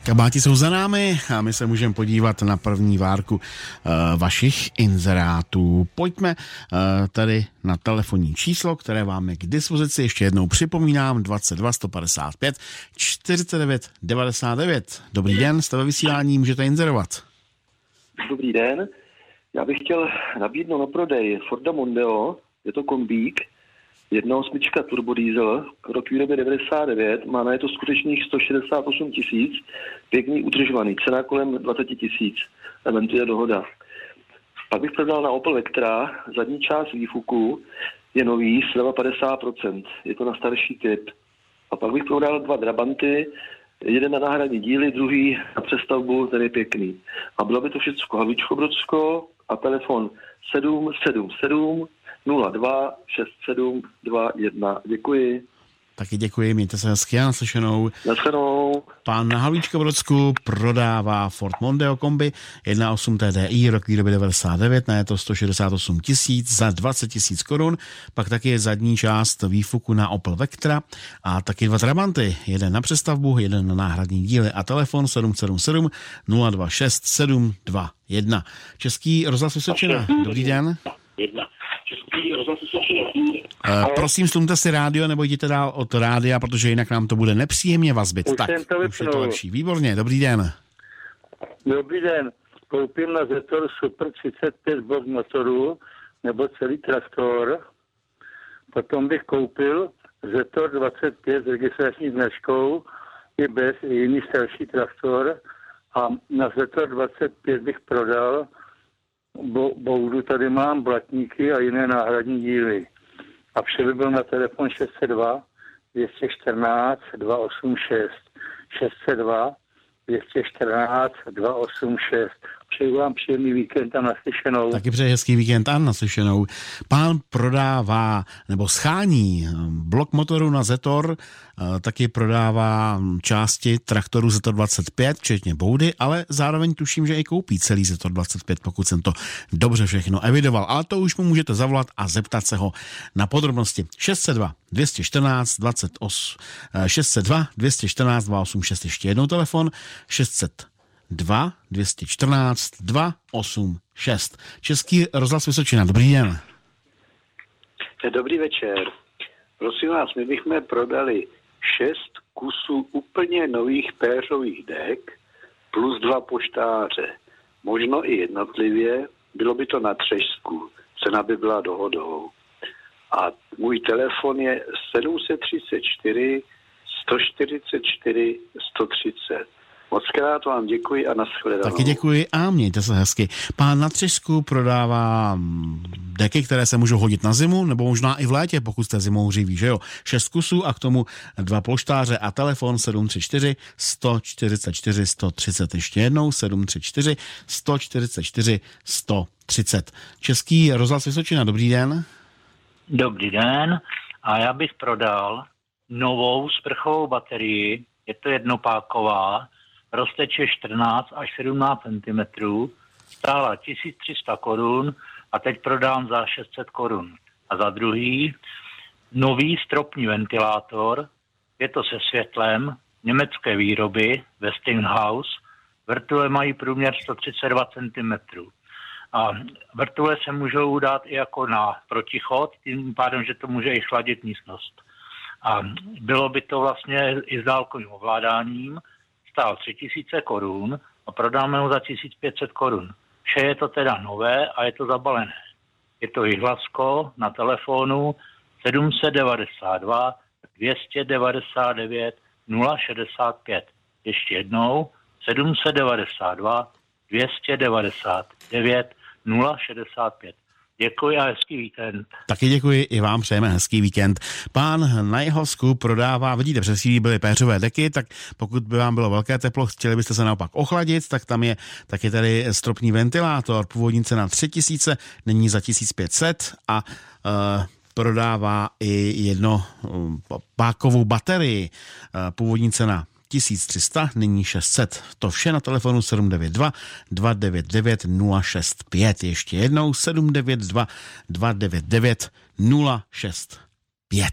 Kabáti jsou za námi a my se můžeme podívat na první várku vašich inzerátů. Pojďme tady na telefonní číslo, které vám je k dispozici. Ještě jednou připomínám 22 155 49 99. Dobrý den, jste ve vysílání, můžete inzerovat. Dobrý den, já bych chtěl nabídnout na prodej Forda Mondeo, je to kombík, 1.8 turbodiesel, rok výroby 99, má na je to skutečných 168 tisíc, pěkný udržovaný, cena kolem 20 tisíc, eventuje dohoda. Pak bych prodal na Opel Vectra, zadní část výfuku je nový, sleva 50%, je to na starší typ. A pak bych prodal 2 Drabanty, jeden na náhradní díly, druhý na přestavbu, ten je pěkný. A bylo by to všechno Havlíčko-Brodsko a telefon 777 02 6721. Děkuji. Taky děkuji, mějte se hezky a naslyšenou. Naschledanou. Pán na Havlíčko-Brodsku prodává Ford Mondeo kombi 1.8 TDI, rok výroby 99, na je to 168 tisíc za 20 tisíc korun. Pak taky je zadní část výfuku na Opel Vectra a taky 2 Trabanty, jeden na přestavbu, jeden na náhradní díly a telefon 777 026 721. Český rozhlas Vysočina. Dobrý den. Prosím, slumte si rádio nebo jděte dál od rádia, protože jinak nám to bude nepříjemně vazbit. Tak, už je to lepší. Výborně, dobrý den. Dobrý den. Koupím na Zetor Super 35 box motoru nebo celý traktor. Potom bych koupil Zetor 25 s registrační značkou i bez jiný starší traktor. A na Zetor 25 bych prodal boudu, tady mám blatníky a jiné náhradní díly. A vše by byl na telefon 602 214 286. 602 214 286. Přeji vám příjemný víkend a naslyšenou. Taky přeji hezký víkend a naslyšenou. Pán prodává nebo schání blok motoru na Zetor, taky prodává části traktoru Zetor 25, včetně boudy, ale zároveň tuším, že i koupí celý Zetor 25, pokud jsem to dobře všechno evidoval. Ale to už mu můžete zavolat a zeptat se ho na podrobnosti. 602 214 28 602 214 286, ještě jednou telefon 602 214 286. Český rozhlas Vysočina. Dobrý den. Dobrý večer. Prosím vás, my bychom prodali 6 kusů úplně nových péřových dek plus 2 poštáře. Možno i jednotlivě, bylo by to na třešťku. Cena by byla dohodou. A můj telefon je 734 144 130. Mockrát vám děkuji a nashledanou. Taky děkuji a mějte se hezky. Pán na Třešsku prodává deky, které se můžou hodit na zimu, nebo možná i v létě, pokud jste zimou živí, že jo? 6 kusů a k tomu 2 polštáře a telefon 734 144 130. Ještě jednou 734 144 130. Český rozhlas Vysočina, dobrý den. Dobrý den a já bych prodal novou sprchovou baterii, je to jednopáková, rozteče 14 až 17 cm, stála 1300 korun a teď prodám za 600 korun. A za druhý, nový stropní ventilátor, je to se světlem, německé výroby, Westinghouse, vrtule mají průměr 132 cm. A vrtule se můžou dát i jako na protichod, tím pádem, že to může i chladit místnost. A bylo by to vlastně i s dálkovým ovládáním, stál 3000 korun a prodáme ho za 1500 korun. Vše je to teda nové a je to zabalené. Je to Jihlasko na telefonu 792 299 065. Ještě jednou 792 299 065. Děkuji a hezký víkend. Taky děkuji, i vám přejeme hezký víkend. Pán na Jihlavsku prodává, vidíte, přes chvíli byly péřové deky, tak pokud by vám bylo velké teplo, chtěli byste se naopak ochladit, tak tam je taky tady stropní ventilátor, původní cena 3000, nyní za 1500 a prodává i jedno pákovou baterii, původní cena 1300, nyní 600. To vše na telefonu 792 299 065. Ještě jednou 792 299 065.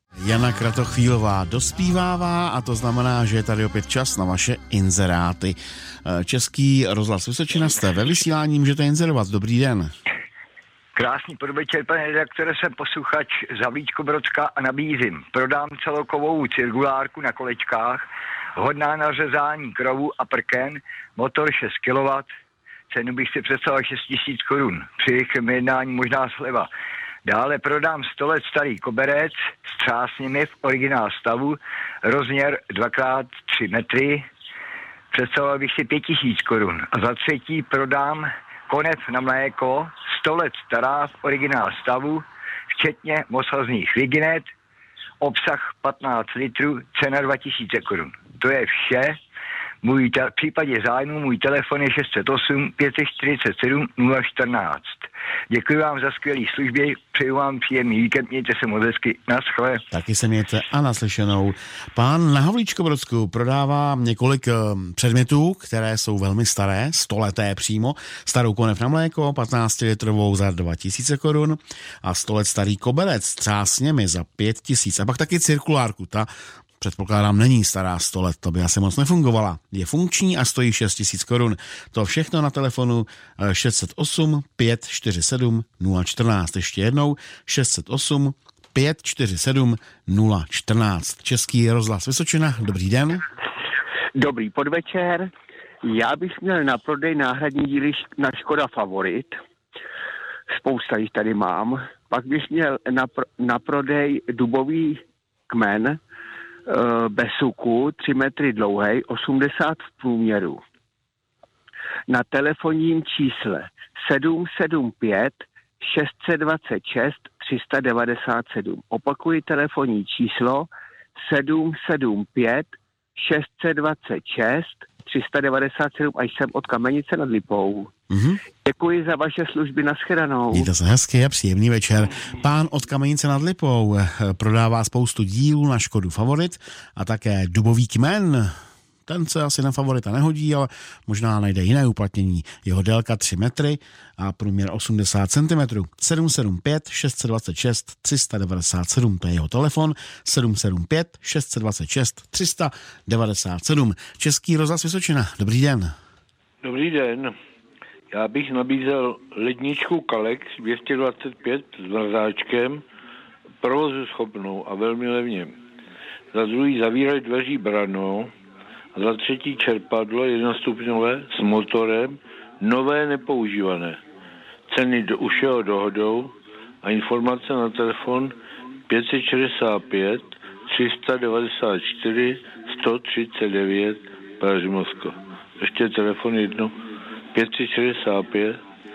Jana Kratochvílová dospívává a to znamená, že je tady opět čas na vaše inzeráty. Český rozhlas Vysočina, jste ve vysílání, můžete inzerovat. Dobrý den. Krásný podvečer, pane redaktore, jsem posluchač z Havlíčkobrodska a nabízím. Prodám celokovou cirkulárku na kolečkách, hodná na řezání krovu a prken, motor 6 kW, cenu bych si představil 6 000 korun. Při rychlém jednání možná sleva. Dále prodám 100 let starý koberec s třásněmi v originál stavu, rozměr 2x3 metry, představoval bych si 5 000 korun. A za třetí prodám konec na mléko, 100 let stará v originál stavu, včetně mosazných liginet, obsah 15 litrů, cena 2000 korun. To je vše. V případě zájmu můj telefon je 608 547 014. Děkuji vám za skvělé služby, přeju vám příjemný víkend, mějte se moc hezky, naschle. Taky se mějte a naslyšenou. Pán na Havlíčkobrodsku prodává několik předmětů, které jsou velmi staré, 100leté přímo, starou konev na mléko, 15-litrovou za 2000 korun a 100 let starý koberec s třásněmi za 5000 a pak taky cirkulárku, ta předpokládám, není stará 100 let, to by asi moc nefungovala. Je funkční a stojí 6 000 korun. To všechno na telefonu 608 547 014. Ještě jednou 608 547 014. Český rozhlas Vysočina, dobrý den. Dobrý podvečer. Já bych měl na prodej náhradní díly na Škoda Favorit. Spousta jich tady mám. Pak bych měl na prodej dubový kmen bez suku, 3 metry dlouhý, 80 v průměru. Na telefonním čísle 775 626 397. Opakuji telefonní číslo 775 626 397 a jsem od Kamenice nad Lipou. Děkuji za vaše služby, nashledanou. Mějte se hezky a příjemný večer. Pán od Kamenice nad Lipou prodává spoustu dílů na Škodu Favorit a také dubový kmen. Ten se asi na Favorita nehodí, ale možná najde jiné uplatnění. Jeho délka 3 metry a průměr 80 cm. 775 626 397, to je jeho telefon. 775 626 397. Český rozhlas Vysočina, dobrý den. Dobrý den. Já bych nabízel ledničku Kalex 225 s mrzáčkem, provozu schopnou a velmi levně. Za druhý zavírač dveří Brano a za třetí čerpadlo jednostupňové s motorem, nové nepoužívané. Ceny do ušeho dohodou a informace na telefon 565 394 139 Pražimosko. Ještě telefon jedno 565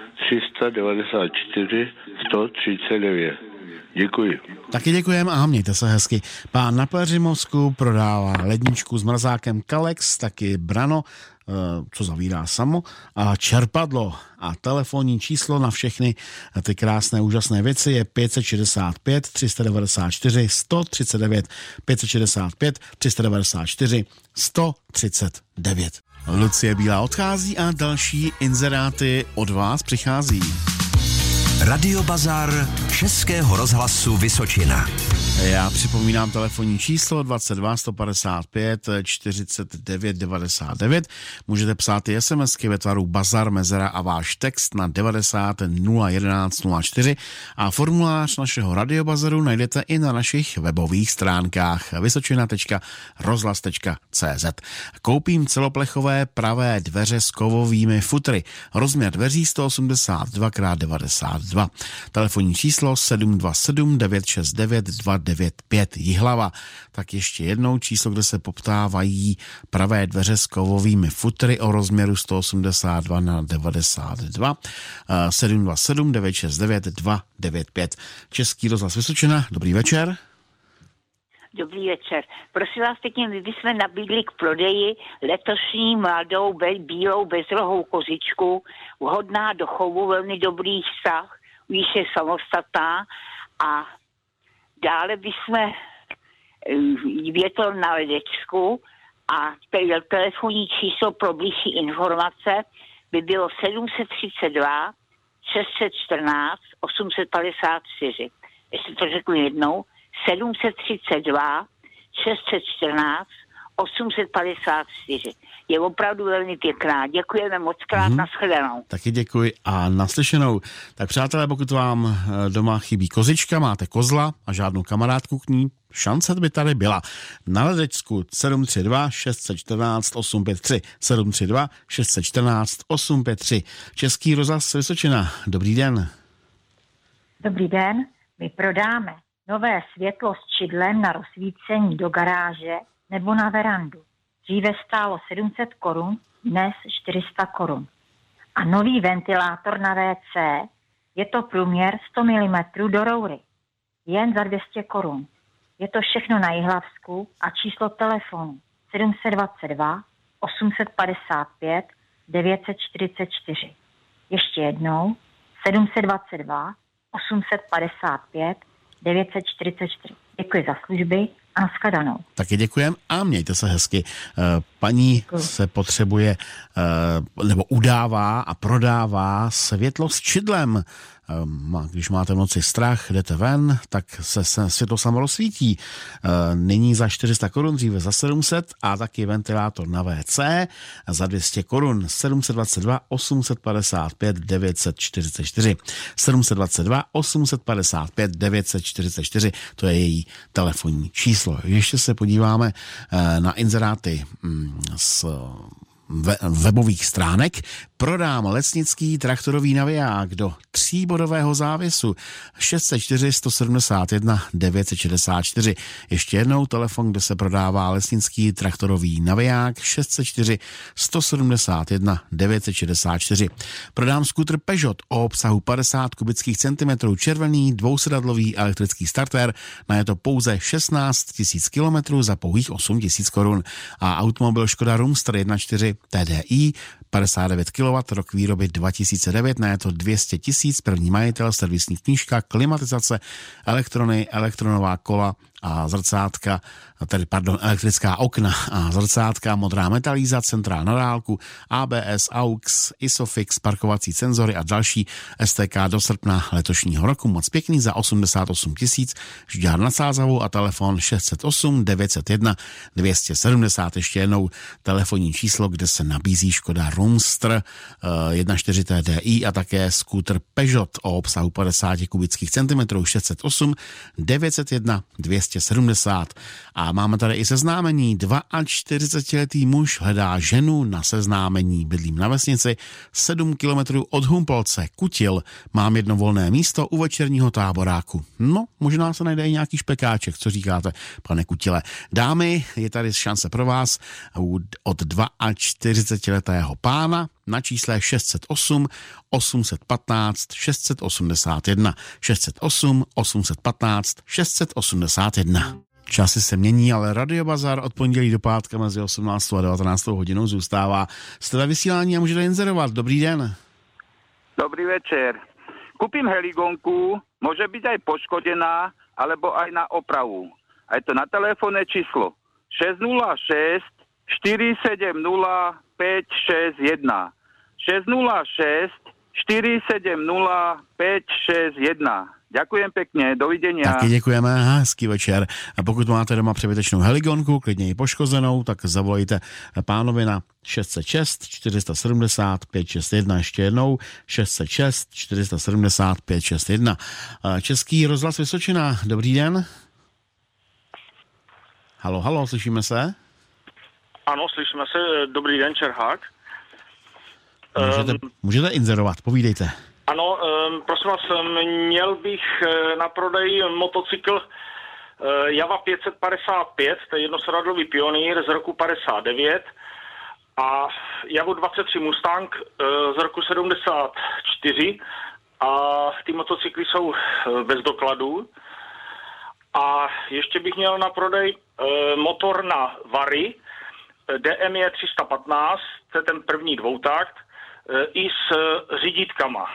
394 139. Děkuji. Taky děkujeme a mějte se hezky. Pán na Peřimovsku prodává ledničku s mrazákem Kalex, taky Brano, co zavírá samo, a čerpadlo. A telefonní číslo na všechny ty krásné, úžasné věci je 565 394 139. 565 394 139. Lucie Bílá odchází a další inzeráty od vás přichází. Radiobazar Českého rozhlasu Vysočina. Já připomínám telefonní číslo 22 155 49 99. Můžete psát i SMSky ve tvaru Bazar, mezera a váš text na 90 011 04 a formulář našeho radiobazaru najdete i na našich webových stránkách vysočina.rozhlas.cz. Koupím celoplechové pravé dveře s kovovými futry. Rozměr dveří 182x92. Telefonní číslo 727 969 295 Jihlava. Tak ještě jednou číslo, kde se poptávají pravé dveře s kovovými futry o rozměru 182x92. 727 969 295. Český rozhlas Vysočina. Dobrý večer. Dobrý večer. Prosím vás pěkně, my bychom nabídli k prodeji letošní mladou bílou bezrohou kozičku, vhodná do chovu, velmi dobrý vztah, víš, je samostatná a dále bychom větl na ledečku a telefonní číslo pro blížší informace by bylo 732 614 854. Jestli to řeknu jednou, 732 614 854. Je opravdu velmi pěkná. Děkujeme moc krát, nashledanou. Taky děkuji a naslyšenou. Tak přátelé, pokud vám doma chybí kozička, máte kozla a žádnou kamarádku k ní, šance by tady byla. Na ledečku 732 614 853 732 614 853. Český rozhlas Vysočina. Dobrý den. Dobrý den. My prodáme nové světlo s čidlem na rozsvícení do garáže nebo na verandu. Dříve stálo 700 korun, dnes 400 korun. A nový ventilátor na WC, je to průměr 100 mm do roury. Jen za 200 korun. Je to všechno na Jihlavsku a číslo telefonu 722 855 944. Ještě jednou 722 855 944. Děkuji za služby a nashledanou. Taky děkujem a mějte se hezky. Paní se potřebuje nebo udává a prodává světlo s čidlem. Když máte v noci strach, jdete ven, tak se světlo samo rozsvítí. Nyní za 400 korun, dříve za 700 a taky ventilátor na WC za 200 korun. 722 855 944. 722 855 944. To je její telefonní číslo. Ještě se podíváme na inzeráty z webových stránek. Prodám lesnický traktorový naviják do 3bodového závěsu 604 171 964. Ještě jednou telefon, kde se prodává lesnický traktorový naviják 604 171 964. Prodám skútr Peugeot o obsahu 50 kubických centimetrů, červený dvousedadlový elektrický starter, na je to pouze 16 000 kilometrů za pouhých 8 000 korun. A automobil Škoda Roomster 1.4 TDI 59 kW, rok výroby 2009, na je to 200 000, první majitel, servisní knížka, klimatizace, elektrony, elektronová kola a zrcátka, elektrická okna a zrcátka, modrá metalíza, centrál na dálku, ABS, AUX, ISOFIX, parkovací senzory a další STK do srpna letošního roku. Moc pěkný za 88 000, Žďár nad Sázavou a telefon 608 901 270. Ještě jednou telefonní číslo, kde se nabízí Škoda Roomster 1.4 TDI a také skútr Peugeot o obsahu 50 kubických centimetrů 608 901 270. A máme tady i seznámení. 42letý muž hledá ženu na seznámení. Bydlím na vesnici 7 kilometrů od Humpolce. Kutil. Mám jedno volné místo u večerního táboráku. No, možná se najde i nějaký špekáček. Co říkáte, pane Kutile? Dámy, je tady šance pro vás od 42letého pána na čísle 608 815 681 608 815 681. Časy se mění, ale Radio Bazar od pondělí do pátka mezi 18 a 19 hodinou zůstává. Jste ve vysílání a můžete inzerovat. Dobrý den. Dobrý večer. Kúpim heligonku, môže byť aj poškodená, alebo aj na opravu. A je to na telefónne číslo 606 470 561. 606 470 561. Ďakujem pekne, dovidenia. Taky děkujeme, hezký večer. A pokud máte doma přebytečnou heligonku, klidně i poškozenou, tak zavolejte pánovi na 606 470 561. Ještě jednou 606 470 561. Český rozhlas Vysočina, dobrý den. Halo, slyšíme se? Ano, slyšíme se, dobrý den, Čerhák. Můžete inzerovat, povídejte. Ano, prosím vás, měl bych na prodej motocykl Java 555, to je jednosedadlový pionýr z roku 59 a Javu 23 Mustang z roku 74 a ty motocykly jsou bez dokladů. A ještě bych měl na prodej motor na Vary DME 315, to je ten první dvoutakt, i s řídítkama.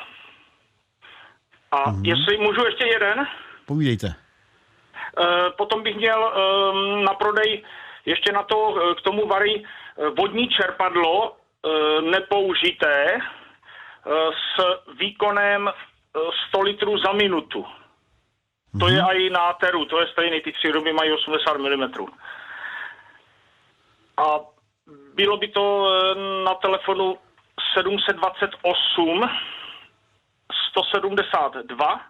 A jestli můžu ještě jeden? Povídejte. Potom bych měl na prodej ještě na to, k tomu Vary vodní čerpadlo nepoužité s výkonem 100 litrů za minutu. To je i na Teru, to je stejný, ty 3 ruby mají 80 mm. A bylo by to na telefonu 728 172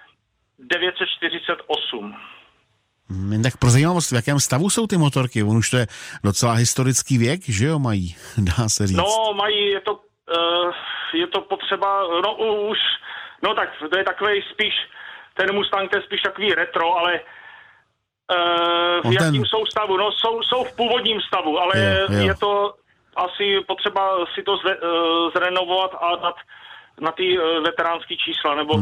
948. Jen tak pro zajímavost, v jakém stavu jsou ty motorky? On už to je docela historický věk, že jo, mají, dá se říct. No, mají, je to potřeba, no už, no tak to je takový spíš, ten Mustang je spíš takový retro, ale v jakým jsou stavu? No jsou v původním stavu, ale je to asi potřeba si to zrenovovat a dát na ty veteránský čísla, nebo...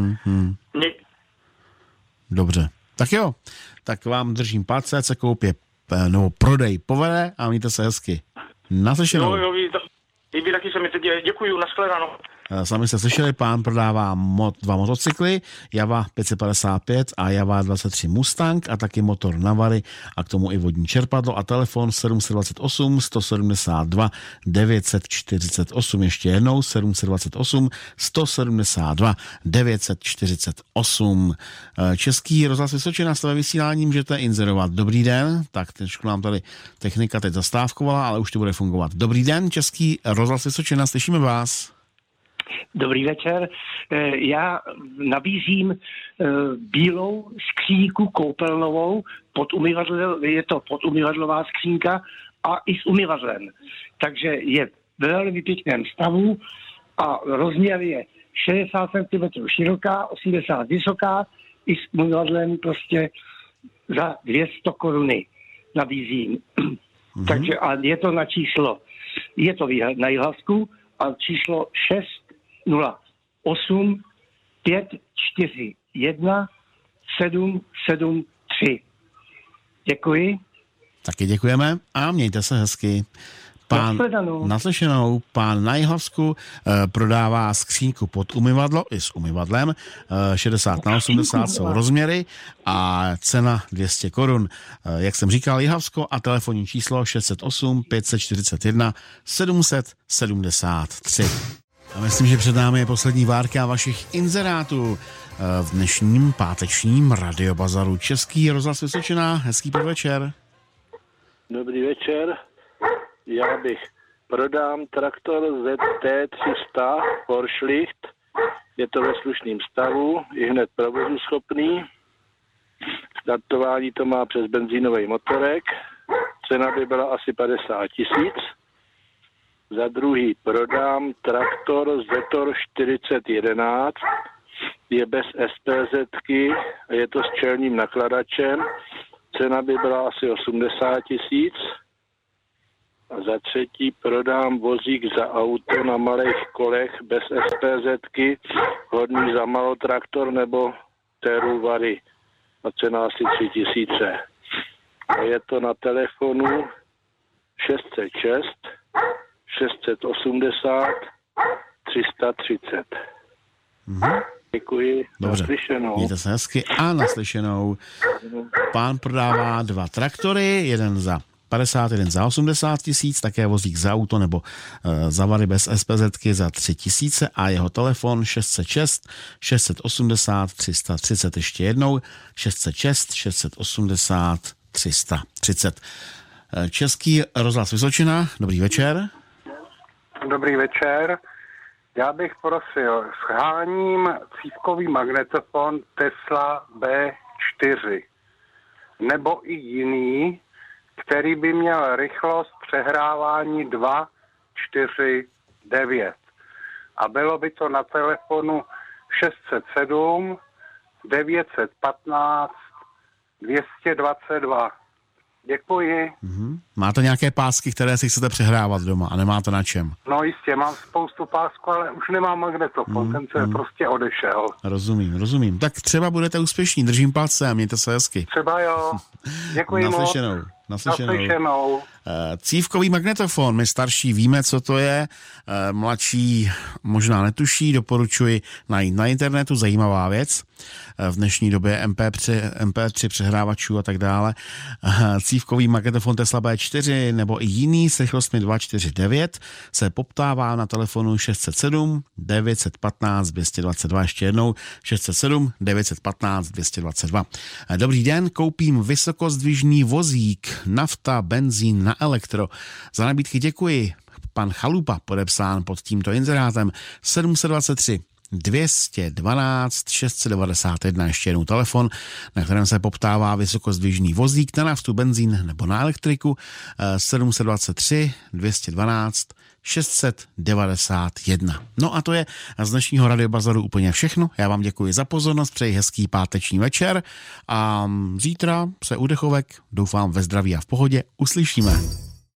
Dobře, tak jo, tak vám držím palce, se koupě, nebo prodej povede a mějte se hezky. Naslyšenou. Jo, vy taky se mi teď děkuju, nashledanou. Sami jste slyšeli, pán prodává 2 motocykly, Java 555 a Java 23 Mustang a taky motor Navary a k tomu i vodní čerpadlo a telefon 728 172 948, ještě jednou 728 172 948. Český rozhlas Vysočina, jste ve vysílání, můžete inzerovat. Dobrý den, tak trošku nám tady technika teď zastávkovala, ale už to bude fungovat. Dobrý den, Český rozhlas Vysočina, slyšíme vás. Dobrý večer. Já nabízím bílou skříňku koupelnovou, je to podumyvadlová skřínka a i s umyvadlem. Takže je ve velmi pěkném stavu a rozměr je 60 cm široká, 80 vysoká, i s umyvadlem prostě za 200 koruny nabízím. Takže a je to na číslo, je to na Jihlavsku a číslo 608 541 773. Děkuji. Taky děkujeme a mějte se hezky. Naslyšenou. Pán na Jihlavsku prodává skřínku pod umyvadlo i s umyvadlem. 60x80 jsou rozměry a cena 200 korun. Jak jsem říkal, Jihlavsko a telefonní číslo 608 541 773. A myslím, že před námi je poslední várka vašich inzerátů v dnešním pátečním radiobazaru. Český rozhlas Vysočina. Hezký podvečer. Dobrý večer. Já prodám traktor ZT300 Forschlicht. Je to ve slušném stavu, je hned provozu schopný. Startování to má přes benzínový motorek. Cena by byla asi 50 000. Za druhý prodám traktor Zetor 4011. Je bez SPZky, je to s čelním nakladačem. Cena by byla asi 80 000. A za třetí prodám vozík za auto na malých kolech bez SPZky, hodný za malotraktor nebo Teru Vary. A cena asi 3 000. A je to na telefonu 606 680 330. Děkuji. Dobře, naslyšenou. Mějte se hezky a naslyšenou. Pán prodává 2 traktory, jeden za 50, jeden za 80 000, také vozík za auto nebo za Vary bez SPZky za 3 000 a jeho telefon 606 680 330, ještě jednou 606 680 330. Český rozhlas Vysočina, dobrý večer. Dobrý večer. Já bych prosil, sháním cívkový magnetofon Tesla B4 nebo i jiný, který by měl rychlost přehrávání 249. A bylo by to na telefonu 607 915 222. Děkuji. Máte nějaké pásky, které si chcete přehrávat doma a nemáte na čem? No jistě, mám spoustu pásků, ale už nemám magnetofon, ten se prostě odešel. Rozumím. Tak třeba budete úspěšní, držím palce a mějte se hezky. Třeba jo. Děkuji moc. Naslyšenou. Cívkový magnetofon, my starší víme, co to je, mladší možná netuší, doporučuji najít na internetu, zajímavá věc. V dnešní době MP3 přehrávačů a tak dále. Cívkový magnetofon Tesla B4 nebo i jiný s rychlostmi 249 se poptává na telefonu 607 915 222, ještě jednou 607 915 222. Dobrý den, koupím vysokozdvižný vozík, nafta, benzín na elektro. Za nabídky děkuji. Pan Chalupa podepsán pod tímto inzerátem 723 212 691, ještě jednou telefon, na kterém se poptává vysokozdvižný vozík na naftu, benzín nebo na elektriku 723 212 691. No a to je z dnešního Radiobazaru úplně všechno. Já vám děkuji za pozornost, přeji hezký páteční večer a zítra se u dechovek, doufám ve zdraví a v pohodě, uslyšíme.